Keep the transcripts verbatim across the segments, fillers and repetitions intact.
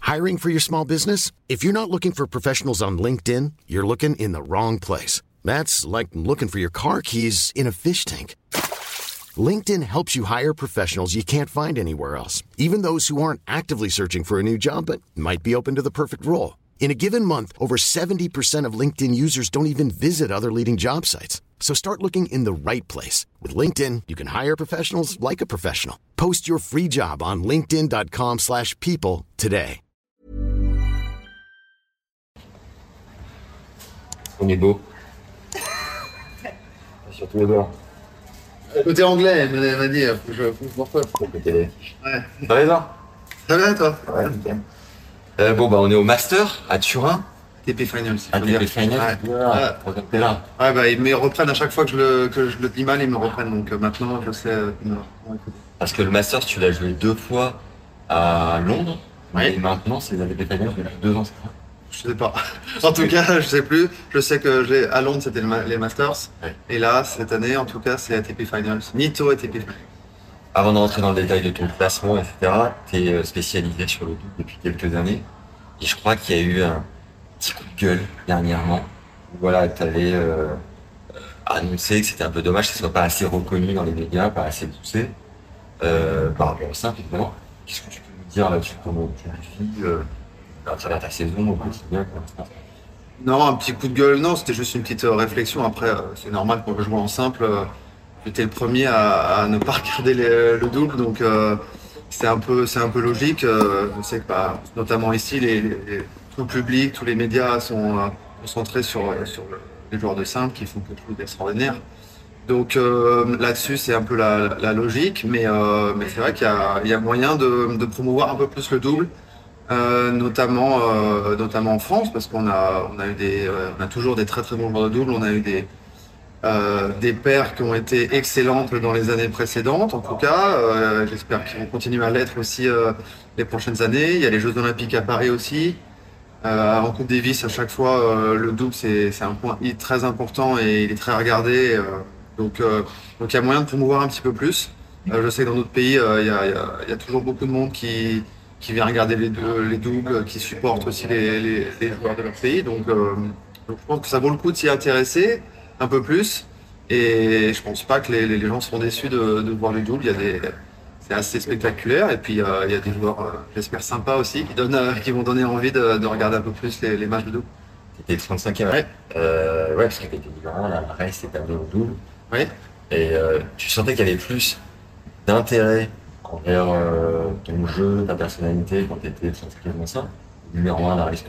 Hiring for your small business? If you're not looking for professionals on LinkedIn, you're looking in the wrong place. That's like looking for your car keys in a fish tank. LinkedIn helps you hire professionals you can't find anywhere else, even those who aren't actively searching for a new job but might be open to the perfect role. In a given month, over seventy percent of LinkedIn users don't even visit other leading job sites. So start looking in the right place. With LinkedIn, you can hire professionals like a professional. Post your free job on linkedin.com slash people today. On est beau. Surtout les bords. Côté anglais, elle m'a dit, faut que je faut que je me refais. Côté les... Ouais. Ça va les gars? Ça va toi? Ouais, nickel. Euh, bon bah on est au Master à Turin. T P Finals. À T P Finals. Ouais. Voilà, ouais. T'es là. Ouais bah ils me reprennent à chaque fois que je le, que je le dis mal, ils me reprennent. Donc euh, maintenant je sais. Euh, Parce que le Master tu l'as joué deux fois à Londres. Ouais. Et maintenant c'est la T P Finals depuis deux ans, c'est ça? Je sais pas. En tout cas, je sais plus. Je sais que j'ai à Londres c'était le ma- les Masters. Ouais. Et là cette année en tout cas c'est A T P Finals. Nitto A T P Finals. Avant de rentrer dans le détail de ton classement, et cetera, t'es spécialisé sur le double depuis quelques années. Et je crois qu'il y a eu un petit coup de gueule dernièrement. Où voilà, t'avais euh, annoncé que c'était un peu dommage que ce soit pas assez reconnu dans les médias, pas assez poussé. Euh, par rapport au simple, évidemment. Qu'est-ce que tu peux nous dire là-dessus? Comment tu vis euh, à travers ta saison au quotidien? Comment ça se passe? Non, un petit coup de gueule, non, c'était juste une petite euh, réflexion. Après, euh, c'est normal qu'on veut jouer en simple. Euh, j'étais le premier à, à ne pas regarder les- le double, donc euh, c'est un peu, c'est un peu logique. Euh, je sais que, bah, notamment ici, les, les- les- tout le public, tous les médias sont euh, concentrés sur, euh, sur le- les joueurs de simple qui font quelque chose d'extraordinaire. Donc euh, là-dessus, c'est un peu la, la logique, mais, euh, mais c'est vrai qu'il y a, il y a moyen de, de promouvoir un peu plus le double. Euh, notamment, euh, notamment en France, parce qu'on a, on a eu des, euh, on a toujours des très très bons joueurs de double. On a eu des, euh, des paires qui ont été excellentes dans les années précédentes, en tout cas. Euh, j'espère qu'ils vont continuer à l'être aussi euh, les prochaines années. Il y a les Jeux Olympiques à Paris aussi. Euh, en Coupe Davis, à chaque fois, euh, le double c'est, c'est un point très important et il est très regardé. Euh, donc, euh, donc il y a moyen de promouvoir un petit peu plus. Euh, je sais que dans d'autres pays, euh, il y a, il y a, il y a toujours beaucoup de monde qui qui vient regarder les, deux, les doubles, qui supportent aussi les, les, les joueurs de leur pays. Donc, euh, donc je pense que ça vaut le coup de s'y intéresser un peu plus. Et je pense pas que les, les gens seront déçus de, de voir les doubles. Il y a des, c'est assez spectaculaire. Et puis euh, il y a des joueurs, euh, j'espère, sympas aussi, qui, donnent, euh, qui vont donner envie de, de regarder un peu plus les, les matchs de double. T'étais trente-cinquième. Ouais. Euh, ouais, parce que t'étais vraiment la race était amenée au double. Oui. Et euh, tu sentais qu'il y avait plus d'intérêt envers euh, ton jeu, ta personnalité quand t'étais trente-cinquième ça, numéro un à la race.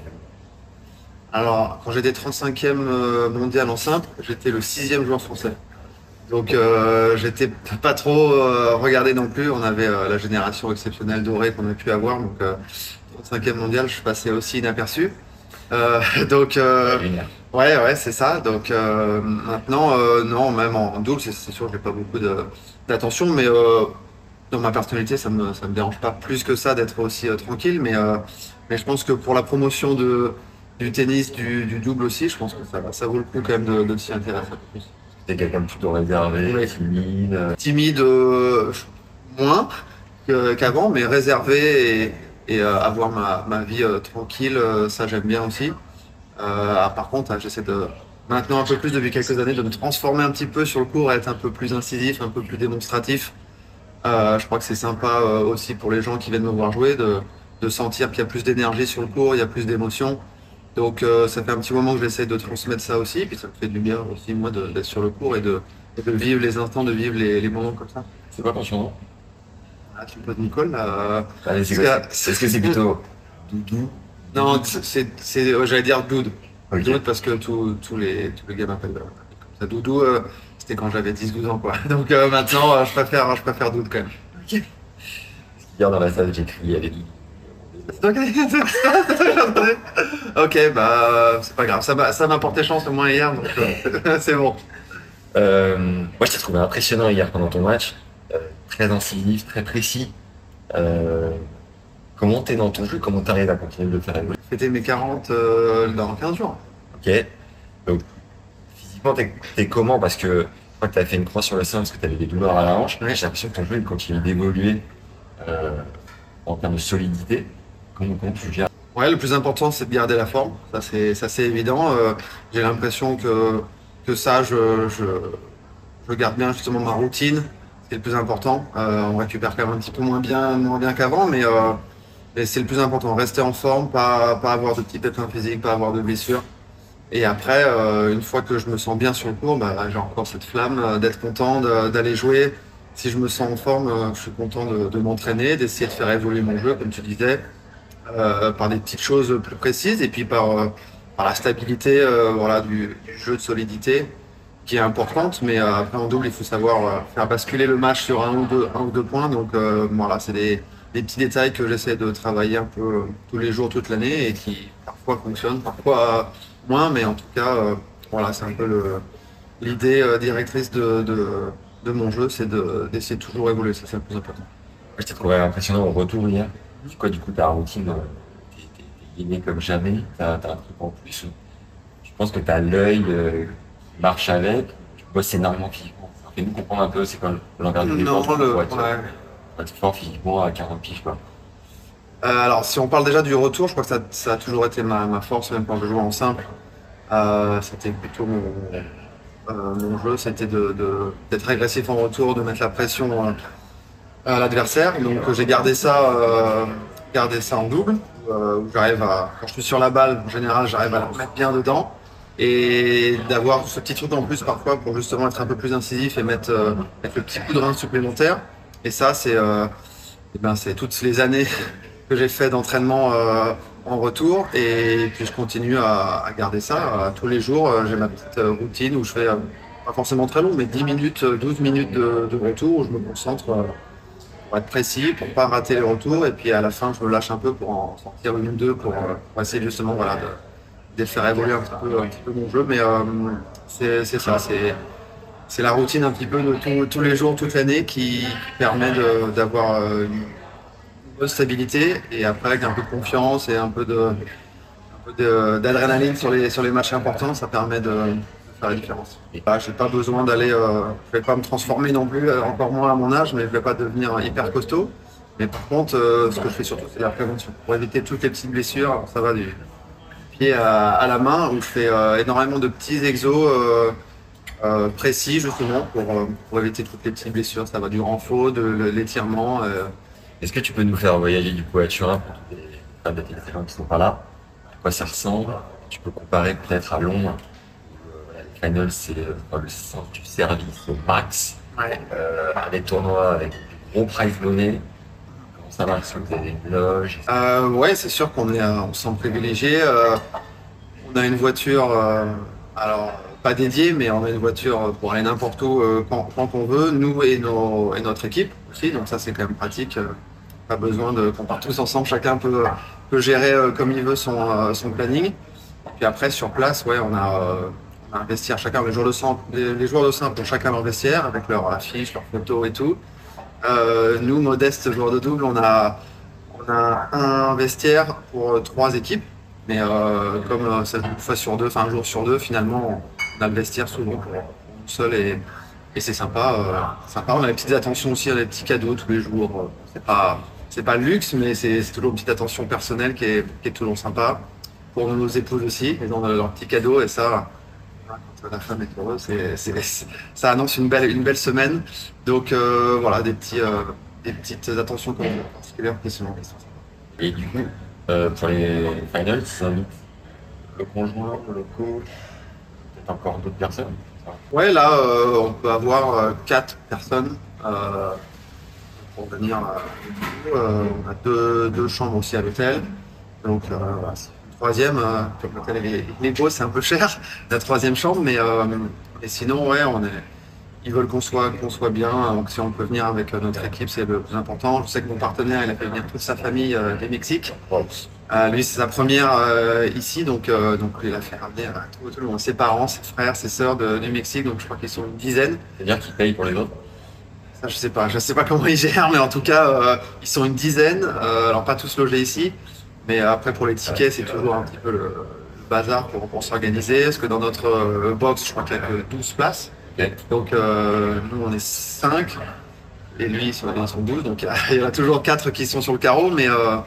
Alors, quand j'étais trente-cinquième euh, mondial en simple, j'étais le sixième joueur français. Donc, euh, j'étais pas trop euh, regardé non plus. On avait euh, la génération exceptionnelle dorée qu'on a pu avoir. Donc, euh, trente-cinquième mondial, je passais aussi inaperçu. Euh, donc, euh, ouais, ouais, c'est ça. Donc, euh, maintenant, euh, non, même en, en double, c'est, c'est sûr que j'ai pas beaucoup de, d'attention, mais euh, dans ma personnalité, ça me, ça me dérange pas plus que ça d'être aussi euh, tranquille. Mais, euh, mais je pense que pour la promotion de du tennis, du, du double aussi, je pense que ça, ça vaut le coup quand même de, de s'y intéresser un peu plus. T'es quelqu'un de plutôt réservé, Oui. timide. euh, Timide, euh, moins que- qu'avant, mais réservé et, et euh, avoir ma, ma vie euh, tranquille, euh, ça j'aime bien aussi. Euh, ah, par contre, hein, j'essaie de maintenant un peu plus depuis quelques années de me transformer un petit peu sur le court, être un peu plus incisif, un peu plus démonstratif. Euh, je crois que c'est sympa euh, aussi pour les gens qui viennent me voir jouer de, de sentir qu'il y a plus d'énergie sur le court, il y a plus d'émotion. Donc euh, ça fait un petit moment que j'essaie de transmettre ça aussi, puis ça me fait du bien aussi moi de- d'être sur le court et de, et de vivre les instants, de vivre les, les moments comme ça. C'est quoi ton surnom? Ah, tu me poses Nicole là. euh, Allez, c'est Parce quoi? que- c'est- Est-ce que c'est plutôt Doudou? Non, c'est, c'est, ouais, j'allais dire Doud. Ok. Doud parce que tous tous les, tous les gars m'appellent euh, comme ça. Doudou, euh, c'était quand j'avais dix douze ans quoi. Donc euh, maintenant, euh, je préfère, je préfère Doud quand même. Ok. Hier dans la salle, j'ai crié à les Doudou. C'est toi qui as dit ça, c'est toi que j'ai entendu. Ok, bah c'est pas grave. Ça m'a, ça m'a porté chance au moins hier, donc euh, c'est bon. Euh, moi, je t'ai trouvé impressionnant hier pendant ton match. Euh, très incisif, très précis. Euh, comment t'es dans ton jeu? Comment t'arrives à continuer de le faire évoluer? Fêter mes quarante euh, dans quinze jours. Ok. Donc, physiquement, t'es, t'es comment? Parce que je crois que t'as fait une croix sur le sein parce que t'avais des douleurs à la hanche. Ouais. J'ai l'impression que ton jeu, il continue d'évoluer euh, en termes de solidité. Comment, comment tu gères? Ouais, le plus important, c'est de garder la forme. Ça, c'est, ça, c'est évident. Euh, j'ai l'impression que, que ça, je, je, je garde bien justement ma routine. C'est le plus important. Euh, on récupère quand même un petit peu moins bien, moins bien qu'avant, mais, euh, mais c'est le plus important. Rester en forme, pas, pas avoir de petits pépins physiques, pas avoir de blessures. Et après, euh, une fois que je me sens bien sur le court, bah, j'ai encore cette flamme euh, d'être content de- d'aller jouer. Si je me sens en forme, euh, je suis content de, de m'entraîner, d'essayer de faire évoluer mon jeu, comme tu disais, euh, par des petites choses plus précises et puis par, euh, par la stabilité euh, voilà, du, du jeu de solidité qui est importante. Mais euh, après, en double, il faut savoir euh, faire basculer le match sur un ou deux, un ou deux points. Donc euh, voilà, c'est des, des petits détails que j'essaie de travailler un peu euh, tous les jours, toute l'année et qui parfois fonctionnent, parfois moins. Mais en tout cas, euh, voilà, c'est un peu le, l'idée euh, directrice de, de, de mon jeu, c'est de, d'essayer de toujours évoluer. Ça, c'est le plus important. Je t'ai trouvé impressionnant au retour hier. C'est quoi, du coup, ta routine? euh, T'es t'es- t'es gainé comme jamais. T'as t'as un truc en plus. Je pense que t'as l'œil euh, qui marche avec. Tu bosses énormément physiquement. Fais-nous comprendre un peu, c'est quand l'envers du décor Non, le, pour être, ouais. pour être fort physiquement à quarante piges, quoi. Euh, alors, si on parle déjà du retour, je crois que ça, ça a toujours été ma, ma force, même quand je jouais en simple. Euh, c'était plutôt mon, euh, mon jeu, c'était de, de- d'être agressif en retour, de mettre la pression euh, à l'adversaire. Donc, j'ai gardé ça, euh, gardé ça en double, euh, où j'arrive à, quand je suis sur la balle, en général, j'arrive à la mettre bien dedans. Et d'avoir ce petit truc en plus parfois pour justement être un peu plus incisif et mettre, euh, mettre le petit coup de rein supplémentaire. Et ça, c'est euh, eh ben, c'est toutes les années que j'ai fait d'entraînement euh, en retour et puis je continue à, à garder ça. Euh, tous les jours, euh, j'ai ma petite euh, routine où je fais, euh, pas forcément très long, mais dix minutes, euh, douze minutes de, de retour où je me concentre euh, pour être précis, pour pas rater le retour et puis à la fin, je me lâche un peu pour en sortir une ou deux pour, euh, pour essayer justement voilà, de, de faire évoluer un petit peu, un petit peu mon jeu. Mais euh, c'est c'est ça, c'est c'est la routine un petit peu de tout- tous les jours, toute l'année qui, qui permet de- d'avoir euh, une bonne stabilité et après avec un peu de confiance et un peu de, un peu de- d'adrénaline sur les, sur les matchs importants, ça permet de, de faire la différence. Et bah, j'ai pas besoin d'aller, euh, je vais pas me transformer non plus, euh, encore moins à mon âge, mais je vais pas devenir hyper costaud. Mais par contre, euh, ce que je fais surtout, c'est la prévention pour éviter toutes les petites blessures. Alors, ça va du pied à, à la main où je fais euh, énormément de petits exos. Euh, euh, précis justement pour, euh, pour éviter toutes les petites blessures. Ça va du renfort, de l'étirement. Euh. Est-ce que tu peux nous faire voyager du coup à Turin pour tous les fans de télévision qui sont pas là? À quoi ça ressemble? Tu peux comparer peut-être à Londres, où euh, voilà, les finals c'est euh, dans le sens du service au max, Ouais. euh, des tournois avec du gros prize money. Comment ça marche? Est-ce que vous avez des loges? Euh, ouais, c'est sûr qu'on est, euh, on se sent privilégié. Euh, on a une voiture, euh, alors pas dédiée, mais on a une voiture pour aller n'importe où euh, quand, quand on veut, nous et, nos, et notre équipe aussi. Donc ça, c'est quand même pratique. Euh, pas besoin de qu'on parte tous ensemble. Chacun peut, peut gérer euh, comme il veut son, euh, son planning. Et puis après, sur place, ouais, on a, euh, on a un vestiaire chacun. Les joueurs de simple, les, les joueurs de simple ont chacun leur vestiaire avec leur affiche, leurs photos et tout. Euh, nous, modestes joueurs de double, on a on a un vestiaire pour euh, trois équipes, mais euh, comme euh, c'est une fois sur deux, enfin un jour sur deux, finalement, on a le vestiaire souvent pour une seule et, et c'est sympa, euh, sympa. On a des petites attentions aussi, on a des petits cadeaux tous les jours. Euh, C'est pas, c'est pas le luxe, mais c'est c'est toujours une petite attention personnelle qui est, qui est toujours sympa. Pour nos épouses aussi, ils ont leurs petits cadeaux et ça, quand la femme est heureuse, c'est, c'est- ça annonce une belle, une belle semaine. Donc euh, voilà, des petits, euh, des petites attentions comme ça, particulières qui sont, qui sont sympas. Et du coup, euh, pour les finals, ça invite le conjoint, le coach, peut-être encore d'autres personnes. Ouais, là, euh, on peut avoir euh, quatre personnes euh, pour venir. Euh, euh, on a deux, deux chambres aussi à l'hôtel. Donc, euh, voilà, c'est une troisième, euh, comme l'hôtel il est, il est beau, c'est un peu cher, la troisième chambre. Mais, euh, mais sinon, ouais, on est, ils veulent qu'on soit, qu'on soit bien. Donc, si on peut venir avec euh, notre équipe, c'est le plus important. Je sais que mon partenaire, il a fait venir toute sa famille euh, du Mexique. Euh, lui, c'est sa première euh, ici, donc, euh, donc il a fait ramener euh, tout, tout le monde, ses parents, ses frères, ses sœurs de, du Mexique, donc je crois qu'ils sont une dizaine. C'est-à-dire qu'ils payent pour les autres. Ça, je sais pas, je sais pas comment ils gèrent, mais en tout cas, euh, ils sont une dizaine. Euh, alors pas tous logés ici, mais après pour les tickets, c'est toujours un petit peu le, le bazar pour, pour s'organiser, parce que dans notre euh, box, je crois qu'il y a que douze places. Ok. Donc euh, nous, on est cinq, et lui, ils sont, ils sont douze, donc il y, a, il y en a toujours quatre qui sont sur le carreau, mais euh,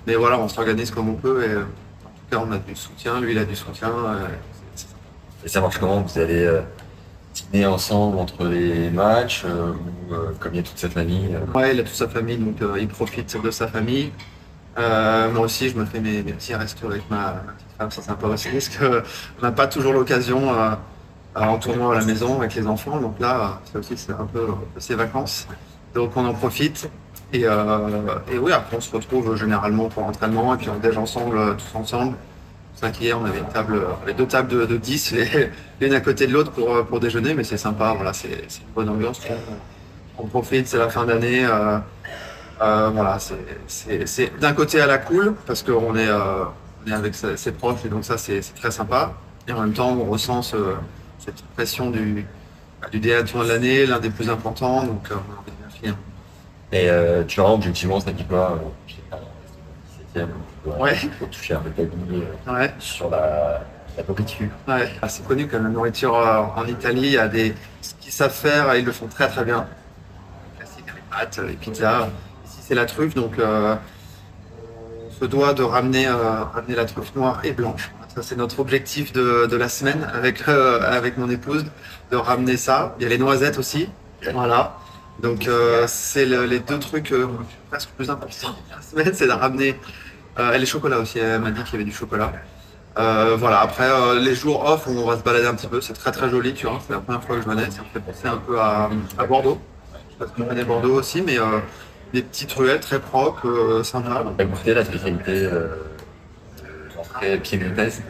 mais voilà, on s'organise comme on peut et euh, en tout cas, on a du soutien. Lui, il a du soutien. euh, c'est- c'est- Et ça marche comment? Vous allez euh, dîner ensemble entre les matchs euh, ou euh, comme il y a toute cette famille euh, Ouais, il a toute sa famille, donc euh, il profite de sa famille. Euh, moi aussi, je me fais mes, mes petits restos avec ma, ma petite femme, c'est sympa aussi, parce qu'on n'a pas toujours l'occasion euh, en tournoi à la maison avec les enfants. Donc là, ça aussi, c'est un peu euh, ses vacances. Donc on en profite. Et, euh, et oui, après, on se retrouve généralement pour l'entraînement et puis on déjeune ensemble, euh, tous ensemble. C'est vrai qu'hier, on avait une table, euh, on avait deux tables de, de dix, les- l'une à côté de l'autre pour, euh, pour déjeuner, mais c'est sympa. Voilà, c'est c'est une bonne ambiance. On, on profite, c'est la fin d'année. Euh, euh, voilà, c'est c'est- c'est d'un côté à la cool parce qu'on est, euh, on est avec ses, ses proches et donc ça c'est c'est très sympa. Et en même temps, on ressent ce- cette pression du, bah, du dernier tournoi de l'année, l'un des plus importants, donc euh, on a envie de bien finir. Et euh, tu vois, objectivement, ça dit quoi? Euh, je sais pas, dix-septième, tu dois Ouais. faut toucher un peu ta vie euh, Ouais, sur la, la nourriture. ouais. Ah, c'est connu que la nourriture euh, en Italie, il y a des ce qu'ils savent faire, ils le font très très bien. Classique, les pâtes, les pizzas. Ici c'est la truffe, donc euh, on se doit de ramener, euh, ramener la truffe noire et blanche. Ça, c'est notre objectif de, de la semaine avec, euh, avec mon épouse, de ramener ça. Il y a les noisettes aussi. Voilà. Donc, euh, c'est le- les deux trucs euh, presque plus importants de la semaine, c'est de ramener. Euh, et les chocolats aussi, elle m'a dit qu'il y avait du chocolat. Euh, voilà, après, euh, les jours off, on va se balader un petit peu. C'est très très joli, tu vois. C'est la première fois que je venais. Ça me fait penser un peu à, à Bordeaux. Je sais pas si tu connais Bordeaux aussi, mais euh, des petites ruelles très propres, euh, sympas. T'as goûté la spécialité euh, de l'entrée piémontaise?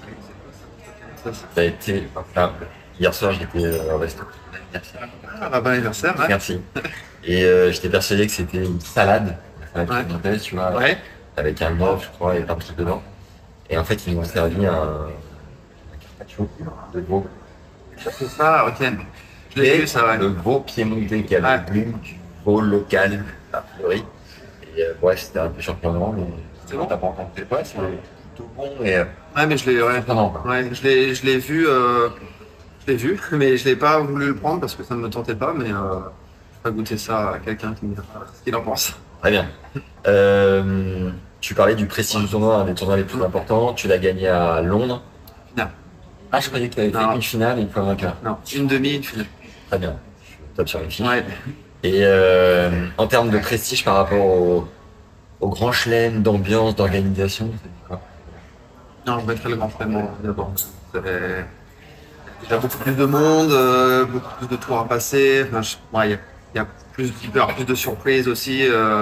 Ça, c'est- Ça a été. Enfin, hier soir, j'étais euh, au resto. Merci. Ah, bon anniversaire, ouais. Merci. Et euh, j'étais persuadé que c'était une salade, la salade Ouais. piémontaise, tu vois, Ouais. avec un œuf, je crois, et plein de trucs dedans. Et en fait, ils m'ont servi un, un carpaccio de veau. C'est ça, ok. Je l'ai Et vu, ça, ouais. le veau piémontais qui avait Ouais. le goût du veau local, a priori. Et euh, ouais, c'était un peu surprenant, mais C'est bon. t'as pas rencontré quoi, c'est plutôt bon et euh, Ouais, mais je l'ai, ouais. surprenant, quoi. Ouais, je l'ai, je l'ai vu, euh, je l'ai vu, mais je l'ai pas voulu le prendre parce que ça ne me tentait pas, mais euh, je vais goûter ça à quelqu'un qui me dira ce qu'il en pense. Très bien. Euh, tu parlais du prestige du tournoi, un des tournois les plus importants. Tu l'as gagné à Londres. Finale. Ah, je croyais que tu avais fait Non. une finale et une fois vainqueur. Non, une demi, une finale. Très bien. Je suis top sur une fille. Ouais. Et euh, en termes de prestige par rapport au, au grand chelem, d'ambiance, d'organisation, ça dit quoi? Non, je mettrais le grand frère d'abord. C'est déjà beaucoup plus de monde, euh, beaucoup plus de tours à passer. Enfin, je- ouais, il y a, il y a plus, il peut y avoir plus de surprises aussi. Euh,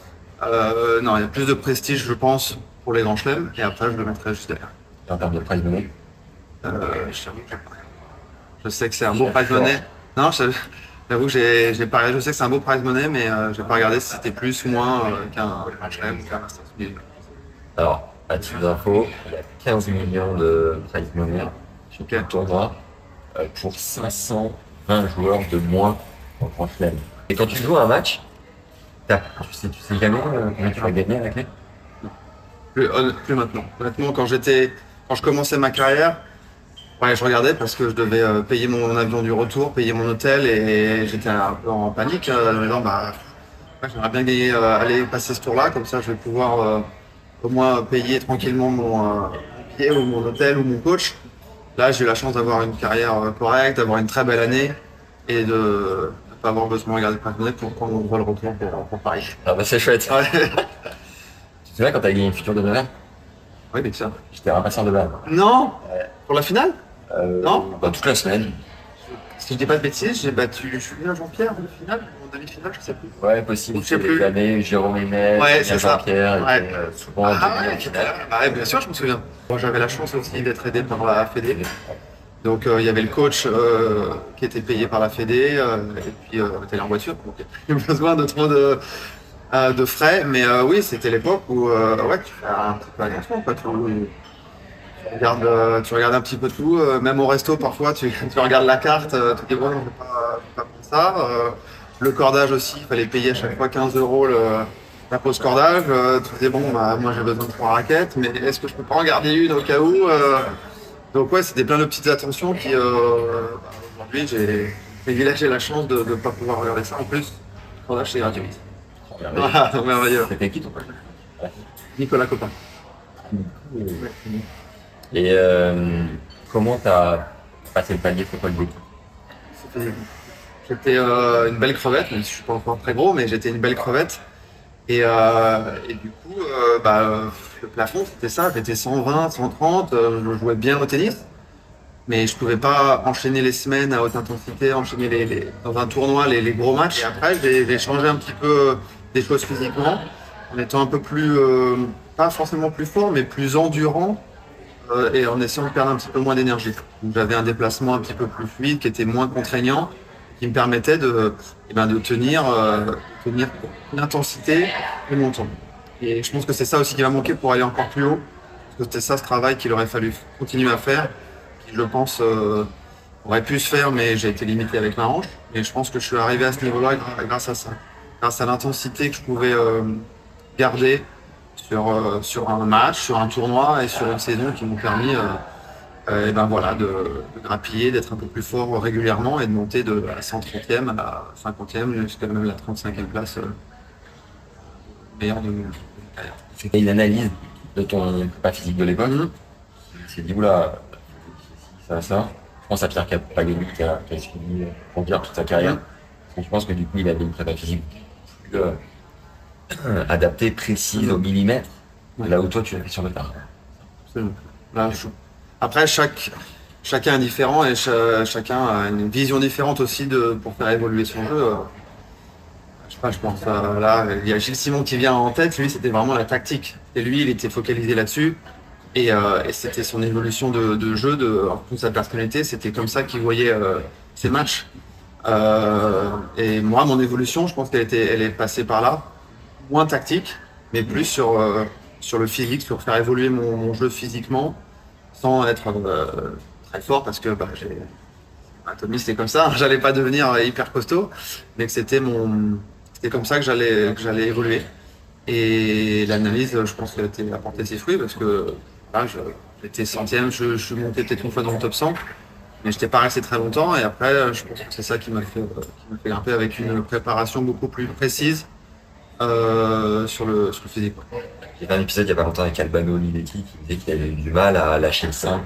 euh, non, il y a plus de prestige, je pense, pour les grands chelems. Et après, je le mettrais juste derrière. Et en termes de prize money? Euh, je t'avoue que j'ai pas- je sais que c'est un beau prize money. Non, je- j'avoue que j'ai, j'ai pas, je sais que c'est un beau prize money, mais euh, j'ai pas regardé si c'était plus ou moins euh, qu'un grand chelem ou qu'un Masters mille. Alors, à titre d'info, il y a quinze millions de prize money sur tout le tournoi euh, pour cinq cent vingt joueurs de moins en grand chelem. Et quand tu joues un match, t'as- tu sais, tu sais jamais euh, combien tu vas gagner à la clé? Plus, hon- plus maintenant. Honnêtement, quand j'étais, quand je commençais ma carrière, ouais, je regardais parce que je devais euh, payer mon avion du retour, payer mon hôtel et j'étais un peu en panique. Euh, en me disant, bah, ouais, j'aimerais bien gagner, euh, aller passer ce tour-là, comme ça je vais pouvoir euh, au moins payer tranquillement mon, euh, mon billet ou mon hôtel ou mon coach. Là, j'ai eu la chance d'avoir une carrière euh, correcte, d'avoir une très belle année et de ne pas avoir besoin de regarder le monnaie pour prendre mon vol retour pour, pour Paris. Ah bah c'est chouette. Ouais. Tu te souviens quand t'as gagné une future de Nevers? Oui, mais ça. J'étais ramasseur de balles. Non, pour la finale. Euh, Non. Bah, toute la semaine. Si je dis pas de bêtises, j'ai battu Julien Jean-Pierre en finale, en demi-finale, je sais plus. Ouais, possible. Je sais C'était plus. les années Jérôme Emel, Ouais, Julien c'est ça. Jean-Pierre, Ouais. étaient, euh, souvent Ah demi ouais, en finale. ah ouais, bien sûr, je me souviens. Moi, j'avais la chance aussi d'être aidé par la Fédé. Donc, euh, il y avait le coach euh, qui était payé par la Fédé, euh, et puis euh, on était allé en voiture. Donc, il y a eu besoin de trop de, euh, de frais. Mais euh, oui, c'était l'époque où euh, ouais, tu fais un petit peu attention. Quoi. Tu, tu, regardes, euh, tu regardes un petit peu tout. Euh, même au resto, parfois, tu, tu regardes la carte. Euh, tu te dis, bon, je ne vais pas, je vais pas prendre ça. Euh, le cordage aussi, il fallait payer à chaque fois quinze euros le, la pause cordage. Euh, tu te dis, bon, bah, moi j'ai besoin de trois raquettes, mais est-ce que je peux pas en garder une au cas où euh, Donc ouais, c'était plein de petites attentions qui, euh, bah, aujourd'hui, j'ai privilégié la chance de ne pas pouvoir regarder ça. En plus, le cordage c'est gratuit. Merveilleux. Voilà, merveilleux. C'était qui ton coach? Nicolas Copin. Et euh, comment tu as passé le palier? C'est quoi le déclic? C'était, j'étais euh, une belle crevette, même si je suis pas encore très gros, mais j'étais une belle crevette. Et, euh, et du coup, euh, bah, euh, le plafond, c'était ça, j'étais cent vingt, cent trente, euh, je jouais bien au tennis. Mais je pouvais pas enchaîner les semaines à haute intensité, enchaîner les, les- dans un tournoi les, les gros matchs. Et après, j'ai, j'ai changé un petit peu des choses physiquement, en étant un peu plus, euh, pas forcément plus fort, mais plus endurant, euh, et en essayant de perdre un petit peu moins d'énergie. Donc j'avais un déplacement un petit peu plus fluide, qui était moins contraignant, qui me permettait de, eh ben, de tenir, euh, tenir l'intensité et longtemps. Et je pense que c'est ça aussi qui m'a manqué pour aller encore plus haut, parce que c'était ça ce travail qu'il aurait fallu continuer à faire, qui je pense euh, aurait pu se faire, mais j'ai été limité avec ma hanche. Et je pense que je suis arrivé à ce niveau-là gra- grâce à ça, grâce à l'intensité que je pouvais euh, garder sur, euh, sur un match, sur un tournoi et sur une saison qui m'ont permis euh, euh, et ben voilà, de, de grappiller, d'être un peu plus fort régulièrement et de monter de la cent trentième à la cinquantième jusqu'à même la trente-cinquième place euh, meilleure de mon carrière. C'était une analyse de ton prépa physique de l'époque. Mhm. Tu t'es dit, oula, ça, ça. Je pense à Pierre Pagani qui a, qui a suivi pour dire toute sa carrière. Mhm. Parce que je pense que du coup, il avait une prépa physique plus euh, adaptée, précise, au millimètre. Ouais. Là où toi, tu l'as fait sur le tard. Absolument. Là, je- Après, chaque, chacun est différent et cha- chacun a une vision différente aussi de, pour faire évoluer son jeu. Euh, Je sais pas, je pense euh, là, il y a Gilles Simon qui vient en tête. Lui, c'était vraiment la tactique. Et lui, il était focalisé là-dessus. Et, euh, et c'était son évolution de, de jeu, de en plus sa personnalité. C'était comme ça qu'il voyait euh, ses matchs. Euh, et moi, mon évolution, je pense qu'elle était, elle est passée par là, moins tactique, mais plus sur euh, sur le physique, sur faire évoluer mon, mon jeu physiquement, sans être euh, très fort, parce que bah, j'ai bah, Tommy, c'était comme ça. J'allais pas devenir hyper costaud, mais que c'était mon, c'était comme ça que j'allais que j'allais évoluer. Et l'analyse, je pense qu'elle a été apporté ses fruits, parce que là, je- j'étais centième, je, je suis monté peut-être une fois dans le top cent. Mais je n'étais pas resté très longtemps et après, je pense que c'est ça qui m'a fait, euh, qui m'a fait grimper avec une préparation beaucoup plus précise euh, sur, le, sur le physique. J'ai fait un épisode il y a pas longtemps avec Albano Olivetti qui disait qu'il avait eu du mal à lâcher le sein.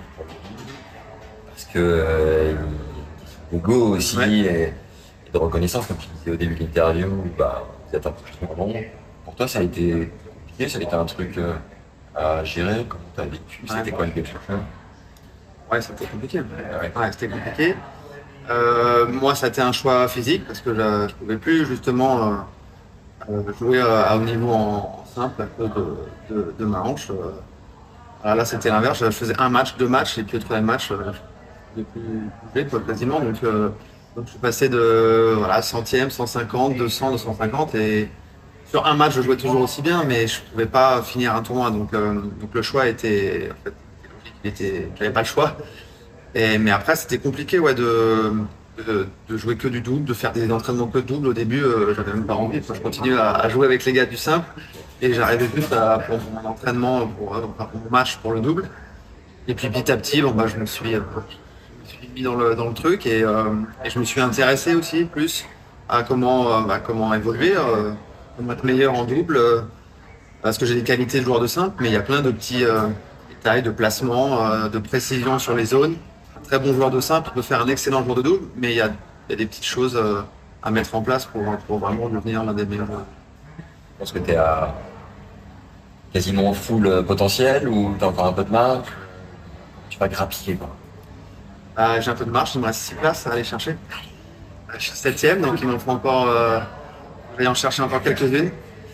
Parce que euh, il y a une ego aussi Ouais. et, et de reconnaissance, comme tu disais au début de l'interview, où, bah, vous êtes un peu plus long. Pour toi, ça a été compliqué, ça a été un truc euh, à gérer. Comment tu as vécu? C'était Ouais. quoi le déclic? Ouais, c'était compliqué. Ouais. Ouais, c'était compliqué. Euh, moi, ça a été un choix physique parce que je ne pouvais plus justement euh, euh, jouer euh, à haut niveau en, en simple à cause de, de, de ma hanche. Euh, voilà, là, c'était l'inverse. Je faisais un match, deux matchs et puis le troisième match, euh, je ne pouvais plus bouger quoi, quasiment. Donc, euh, donc, je suis passé de voilà, centième, cent cinquante, deux cents, deux cent cinquante et sur un match, je jouais toujours aussi bien, mais je pouvais pas finir un tournoi. Donc, euh, donc le choix était, en fait, il était, j'avais pas le choix. Et, mais après, c'était compliqué, ouais, de, de, de jouer que du double, de faire des entraînements que de double. Au début, euh, j'avais même pas envie. Enfin, je continuais à, à jouer avec les gars du simple et j'arrivais juste à, pour mon entraînement, pour, euh, enfin, pour mon match, pour le double. Et puis petit à petit, bon, bah, je me suis, euh, je me suis mis dans le, dans le truc et, euh, et je me suis intéressé aussi plus à comment, euh, bah, comment évoluer, euh, comment être meilleur en double. euh, parce que j'ai des qualités de joueur de simple, mais il y a plein de petits euh, détails, de placement, euh, de précision sur les zones. Un très bon joueur de simple peut faire un excellent joueur de double, mais il y a, il y a des petites choses euh, à mettre en place pour, pour vraiment devenir l'un des meilleurs joueurs. Je pense que tu es à quasiment full potentiel ou tu as encore un peu de marge? Tu vas grappiller quoi. Euh, j'ai un peu de marche, il me reste six places à aller chercher. Je suis septième, donc il m'en faut encore. Euh, je vais en chercher encore quelques-unes.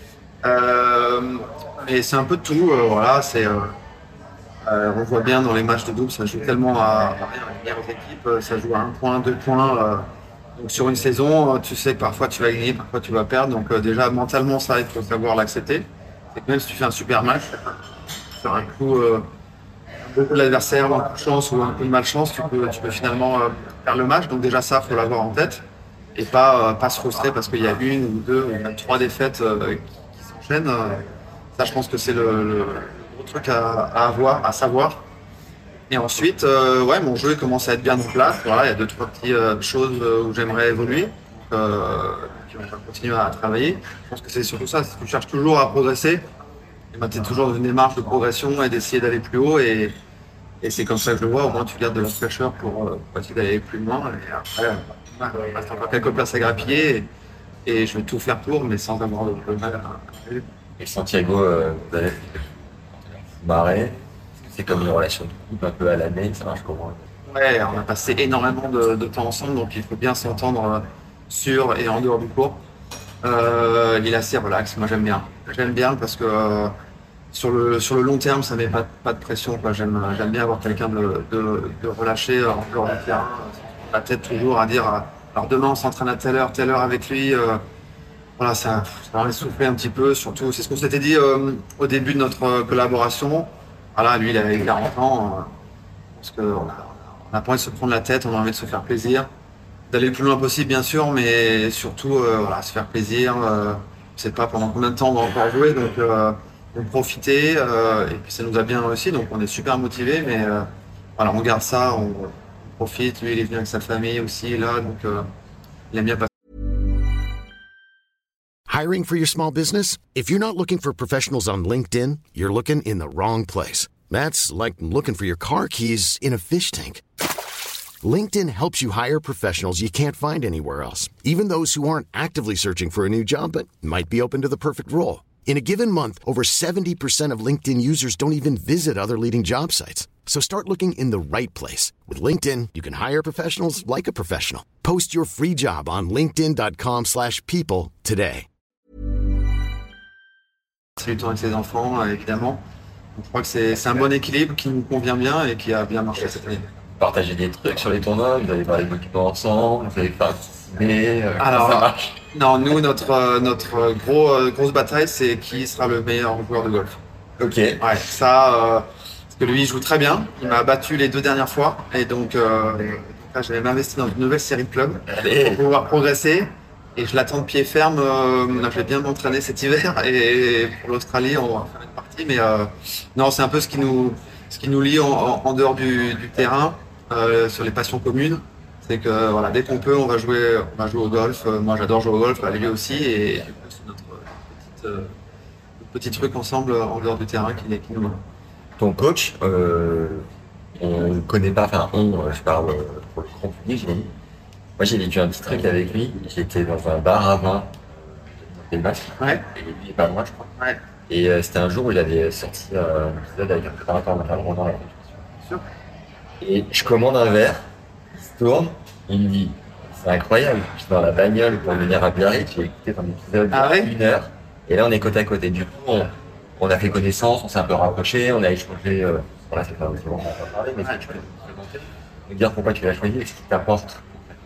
Euh, mais c'est un peu de tout. Euh, voilà, c'est. Euh, euh, on voit bien dans les matchs de double, ça joue tellement à, à rien aux équipes. euh, Ça joue à un point, deux points. Euh, donc sur une saison, euh, tu sais que parfois tu vas gagner, parfois tu vas perdre. Donc euh, déjà mentalement, ça, il faut savoir l'accepter. C'est que même si tu fais un super match, sur un coup. Euh, beaucoup de l'adversaire, un coup de chance ou un coup de malchance, tu peux, tu peux finalement euh, perdre le match. Donc déjà ça, faut l'avoir en tête et pas, euh, pas se frustrer parce qu'il y a une ou deux ou même trois défaites euh, qui, qui s'enchaînent. Euh, ça, je pense que c'est le, le, le gros truc à, à avoir, à savoir. Et ensuite, euh, ouais, mon jeu commence à être bien en place. Voilà, il y a deux trois petites euh, choses euh, où j'aimerais évoluer. Euh, puis on va continuer à travailler. Je pense que c'est surtout ça. Si tu cherches toujours à progresser, Et ben, tu es toujours dans une démarche de progression et d'essayer d'aller plus haut. Et, et c'est comme ça que je le vois. Au moins, tu gardes de la fraîcheur pour, euh, pour essayer d'aller plus loin. Et après, il reste encore quelques places à grappiller. Et, et je vais tout faire pour, mais sans avoir le mal à. Et Santiago, euh, vous allez vous marrer. C'est comme une relation de couple un peu à l'année, ça marche comment? Ouais, on a passé énormément de, de temps ensemble, donc il faut bien s'entendre sur et en dehors du cours. Euh, il est assez relax, moi j'aime bien. J'aime bien parce que euh, sur, le, sur le long terme, ça met pas, pas de pression, quoi. J'aime, j'aime bien avoir quelqu'un de, de, de relâché en dehors du terrain, la tête toujours à dire, alors demain on s'entraîne à telle heure, telle heure avec lui. Euh, voilà, ça, ça va souffler un petit peu, surtout, c'est ce qu'on s'était dit euh, au début de notre collaboration. Voilà, lui il avait quarante ans, euh, parce qu'on a On n'a pas envie de se prendre la tête, on a envie de se faire plaisir, d'aller le plus loin possible bien sûr, mais surtout euh, voilà, se faire plaisir. Euh, je ne sais pas pendant combien de temps on va encore jouer, donc euh, on profiter. Euh, et puis ça nous a bien réussi, donc on est super motivés, mais euh, voilà, on garde ça, on, on profite. Lui, il est venu avec sa famille aussi là, donc euh, il aime bien passer. Hiring for your small business? If you're not looking for professionals on LinkedIn, you're looking in the wrong place. That's like looking for your car keys in a fish tank. LinkedIn helps you hire professionals you can't find anywhere else, even those who aren't actively searching for a new job but might be open to the perfect role. In a given month, over seventy percent of LinkedIn users don't even visit other leading job sites. So start looking in the right place. With LinkedIn, you can hire professionals like a professional. Post your free job on linkedin.com slash people today. C'est du temps avec ses enfants, évidemment. Je crois que c'est, c'est un bon équilibre qui nous convient bien et qui a bien marché cette année. Partager des trucs sur les tournois, vous allez parler de documents ensemble, vous allez participer, euh, Alors, ça marche? Non, nous, notre, euh, notre gros, euh, grosse bataille, c'est qui sera le meilleur joueur de golf. Ok. Ouais, ça, euh, parce que lui, il joue très bien. Il m'a battu les deux dernières fois. Et donc, euh, donc là, j'avais investi dans une nouvelle série de clubs Allez. pour pouvoir progresser. Et je l'attends de pied ferme. Euh, je vais bien m'entraîner cet hiver. Et pour l'Australie, on va faire une partie. Mais euh, non, c'est un peu ce qui nous, ce qui nous lie en, en, en dehors du, du terrain, euh, sur les passions communes. C'est que voilà, dès qu'on peut, on va jouer, on va jouer au golf. Euh, moi, j'adore jouer au golf, lui aussi. Et du coup, c'est notre petite, euh, petit truc ensemble en dehors du terrain qui, qui nous lie. Ton coach, euh, on ne connaît pas, enfin on, je parle pour le grand public, j'ai dit. Moi j'ai vécu un petit truc avec lui, j'étais dans un bar à vin, c'était le match, Ouais. et lui et pas moi je crois. Ouais. Et euh, c'était un jour où il avait sorti euh, un épisode avec un préparateur mental pendant la compétition. Sûr. Et je commande un verre, il se tourne, il me dit, c'est incroyable, je suis dans la bagnole pour venir à Biarritz, j'ai écouté ton épisode Ah ouais une heure, et là on est côte à côté. Du coup, on, on a fait connaissance, on s'est un peu rapprochés, on a échangé, euh, voilà, c'est pas aussi bon, on va pas parler, mais est-ce que tu peux nous présenter, nous dire pourquoi tu l'as choisi et ce qu'il t'apporte?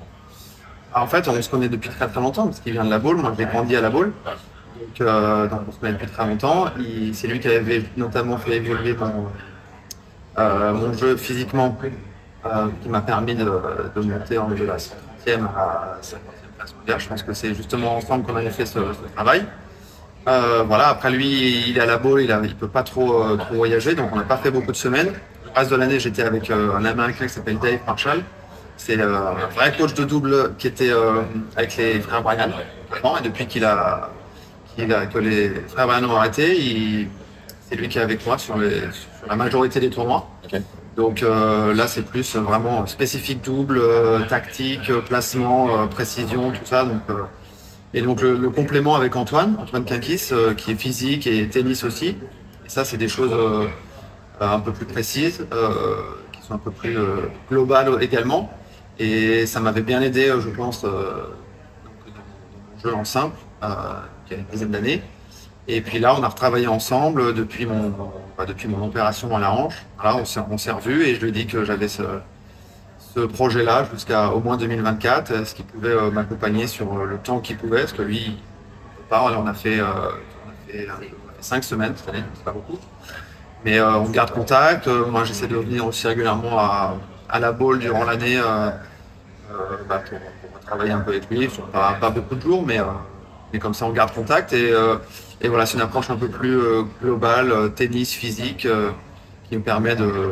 En fait, on se connaît depuis très très longtemps parce qu'il vient de la Baule. Moi, j'ai grandi à la Baule. Donc, euh, donc on se connaît depuis très longtemps. Il, c'est lui qui avait notamment fait évoluer mon, euh, mon jeu physiquement, euh, qui m'a permis de, de monter en de la cinquantième à cinquantième place mondiale. Je pense que c'est justement ensemble qu'on avait fait ce, ce travail. Euh, voilà. Après lui, il est à la Baule, il ne peut pas trop, euh, trop voyager, donc on n'a pas fait beaucoup de semaines. Le reste de l'année, j'étais avec euh, un Américain qui s'appelle Dave Marshall. C'est euh, un vrai coach de double qui était euh, avec les frères Bryan. Et depuis qu'il a, qu'il a, que les frères Bryan ont arrêté, il, c'est lui qui est avec moi sur, les, sur la majorité des tournois. Okay. Donc euh, là, c'est plus vraiment spécifique double, euh, tactique, placement, euh, précision, tout ça. Donc, euh, et donc le, le complément avec Antoine, Antoine Quinkis, euh, qui est physique et tennis aussi. Et ça, c'est des choses euh, un peu plus précises, euh, qui sont un peu plus euh, globales également. Et ça m'avait bien aidé, je pense, euh, donc, dans mon jeu en simple, euh, il y a une dizaine d'années. Et puis là, on a retravaillé ensemble depuis mon, bah, depuis mon opération à la hanche. Voilà, on s'est, on s'est revus et je lui ai dit que j'avais ce, ce projet-là jusqu'à au moins deux mille vingt-quatre, ce qui pouvait euh, m'accompagner sur euh, le temps qu'il pouvait, parce que lui, il peut pas. On a fait, euh, on a fait, euh, on a fait cinq semaines cette année, c'est pas beaucoup. Mais euh, on garde contact. Euh, moi, j'essaie de venir aussi régulièrement à, à la Baule durant l'année. Euh, Euh, bah pour, pour travailler un peu avec lui, pas, pas beaucoup de jours, mais, euh, mais comme ça on garde contact et, euh, et voilà, c'est une approche un peu plus euh, globale, euh, tennis, physique, euh, qui me permet de euh,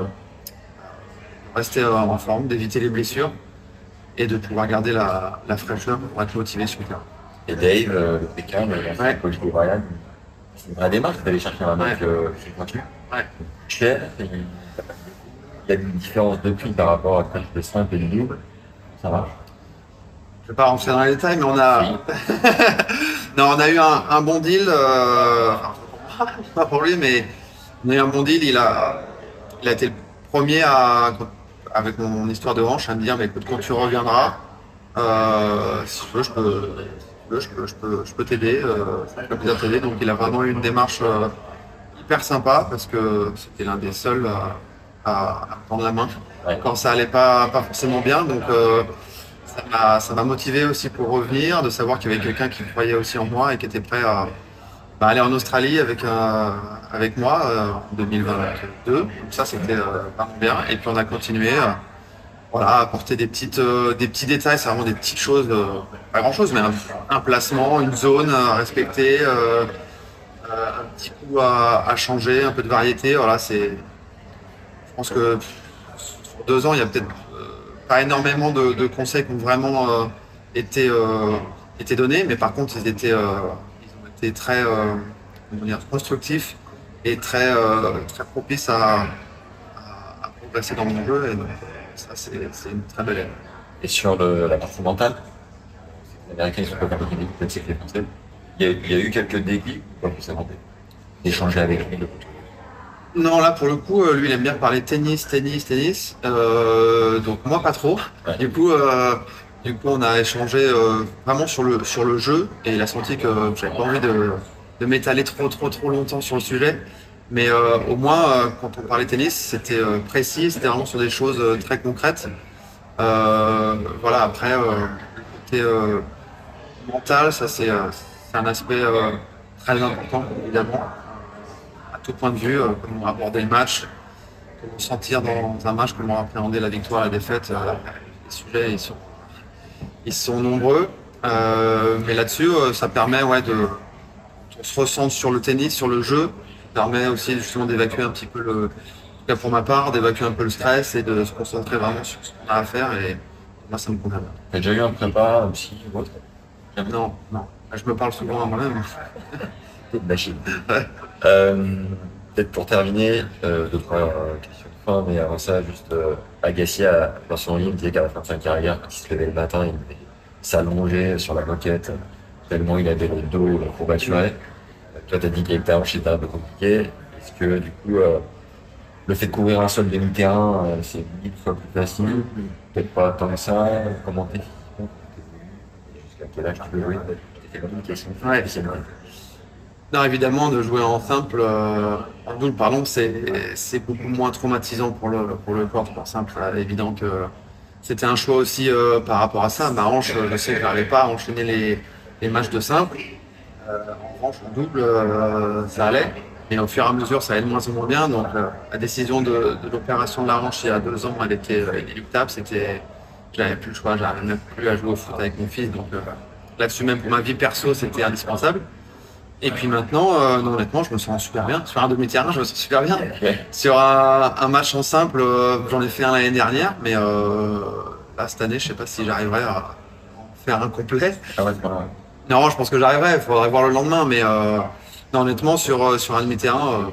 rester euh, en forme, d'éviter les blessures et de pouvoir garder la, la fraîcheur pour être motivé sur le terrain. Et Dave, euh, le Pékin, le ouais. coach de Brian, C'est une vraie démarche d'aller chercher un mec Ouais. euh, pointu, Ouais. cher. Et il y a une différence de prix par rapport à quand le simple et le double. Ça marche. Je vais pas rentrer dans les détails, mais on a, non, on a eu un, un bon deal. Euh... enfin, pas pour lui, mais on a eu un bon deal. Il a, il a été le premier à, avec mon histoire de hanche, à me dire, mais écoute, quand tu reviendras, euh, si tu veux, je peux, si tu veux, je peux, je peux, je peux t'aider. Euh, ça me fait plaisir de t'aider. Donc, il a vraiment eu une démarche euh, hyper sympa parce que c'était l'un des seuls à, à, à prendre la main Ouais. quand ça allait pas, pas forcément bien. Donc, euh, ça m'a, ça m'a motivé aussi pour revenir, de savoir qu'il y avait quelqu'un qui croyait aussi en moi et qui était prêt à bah, aller en Australie avec, euh, avec moi euh, en deux mille vingt-deux. Donc ça, c'était euh, vraiment bien. Et puis on a continué euh, voilà, à apporter des, petites, euh, des petits détails, c'est vraiment des petites choses, euh, pas grand-chose, mais un, un placement, une zone à respecter, euh, euh, un petit coup à, à changer, un peu de variété. Voilà, c'est, je pense que pff, sur deux ans, il y a peut-être pas énormément de, de conseils qui ont vraiment euh, été, euh, été donnés, mais par contre, ils, étaient, euh, ils ont été très euh, comment dire, constructifs et très, euh, très propices à, à, à progresser dans mon jeu. Et donc, ça, c'est, c'est une très belle aide. Et sur le, la partie mentale, les Américains ils sont pas compliqués, peut-être c'est que les Français. Il y, a, il y a eu quelques déclics pour vous savez, d'échanger avec lui. Non, là, pour le coup, euh, lui, il aime bien parler tennis, tennis, tennis. Euh, donc, moi, pas trop. Ouais. Du coup, euh, du coup, on a échangé euh, vraiment sur le, sur le jeu et il a senti que j'avais pas envie de, de m'étaler trop, trop, trop longtemps sur le sujet. Mais euh, au moins, euh, quand on parlait tennis, c'était euh, précis, c'était vraiment sur des choses euh, très concrètes. Euh, voilà, après, euh, le côté euh, mental, ça, c'est euh, c'est un aspect euh, très important, évidemment, à tout point de vue, euh, comment aborder le match, comment sentir dans un match, comment appréhender la victoire, la défaite. Euh, les sujets, ils sont, ils sont nombreux. Euh, mais là-dessus, euh, ça permet ouais, de on se ressent sur le tennis, sur le jeu. Ça permet aussi justement d'évacuer un petit peu le, en tout cas pour ma part, d'évacuer un peu le stress et de se concentrer vraiment sur ce qu'on a à faire. Et moi, ça me convient bien. T'as déjà eu un prépa, un psy ou autre? Non, non. Je me parle souvent à moi-même. T'es une machine. Ouais. Euh, peut-être pour terminer, euh, deux, trois euh, questions de fin, mais avant ça, juste euh, Agassi, à- dans son livre, disait qu'à la fin de sa carrière, quand il se levait le matin, il devait s'allonger sur la moquette, tellement il avait le dos courbaturé. Toi, t'as dit que les hanche était un peu compliqué. Est-ce que, du coup, euh, le fait de couvrir un seul demi-terrain, euh, c'est mille fois plus facile? Peut-être pas tant que ça. Comment t'es physiquement? Jusqu'à quel âge tu peux jouer? C'était une question. Ouais. spéciale. Non, évidemment, de jouer en simple, euh, en double, pardon, c'est c'est beaucoup moins traumatisant pour le pour le corps en simple. C'est évident que c'était un choix aussi euh, par rapport à ça. Ma hanche, euh, je sais que je n'arrivais pas à enchaîner les, les matchs de simple. Euh, en revanche, en double, euh, ça allait. Et au fur et à mesure, ça allait de moins en moins bien. Donc, euh, la décision de, de l'opération de la hanche il y a deux ans, elle était euh, inéluctable. C'était, j'avais plus le choix, j'arrivais même plus à jouer au foot avec mon fils. Donc, euh, là-dessus, même pour ma vie perso, c'était indispensable. Et puis maintenant, euh, non, honnêtement, je me sens super bien. Sur un demi-terrain, je me sens super bien. Ouais. Sur un, un match en simple, euh, j'en ai fait un l'année dernière, mais euh, là, cette année, je sais pas si j'arriverai à en faire un complet. Ah ouais, c'est pas grave. Non, je pense que j'arriverai, il faudrait voir le lendemain, mais euh, non, honnêtement, sur, euh, sur un demi-terrain, euh,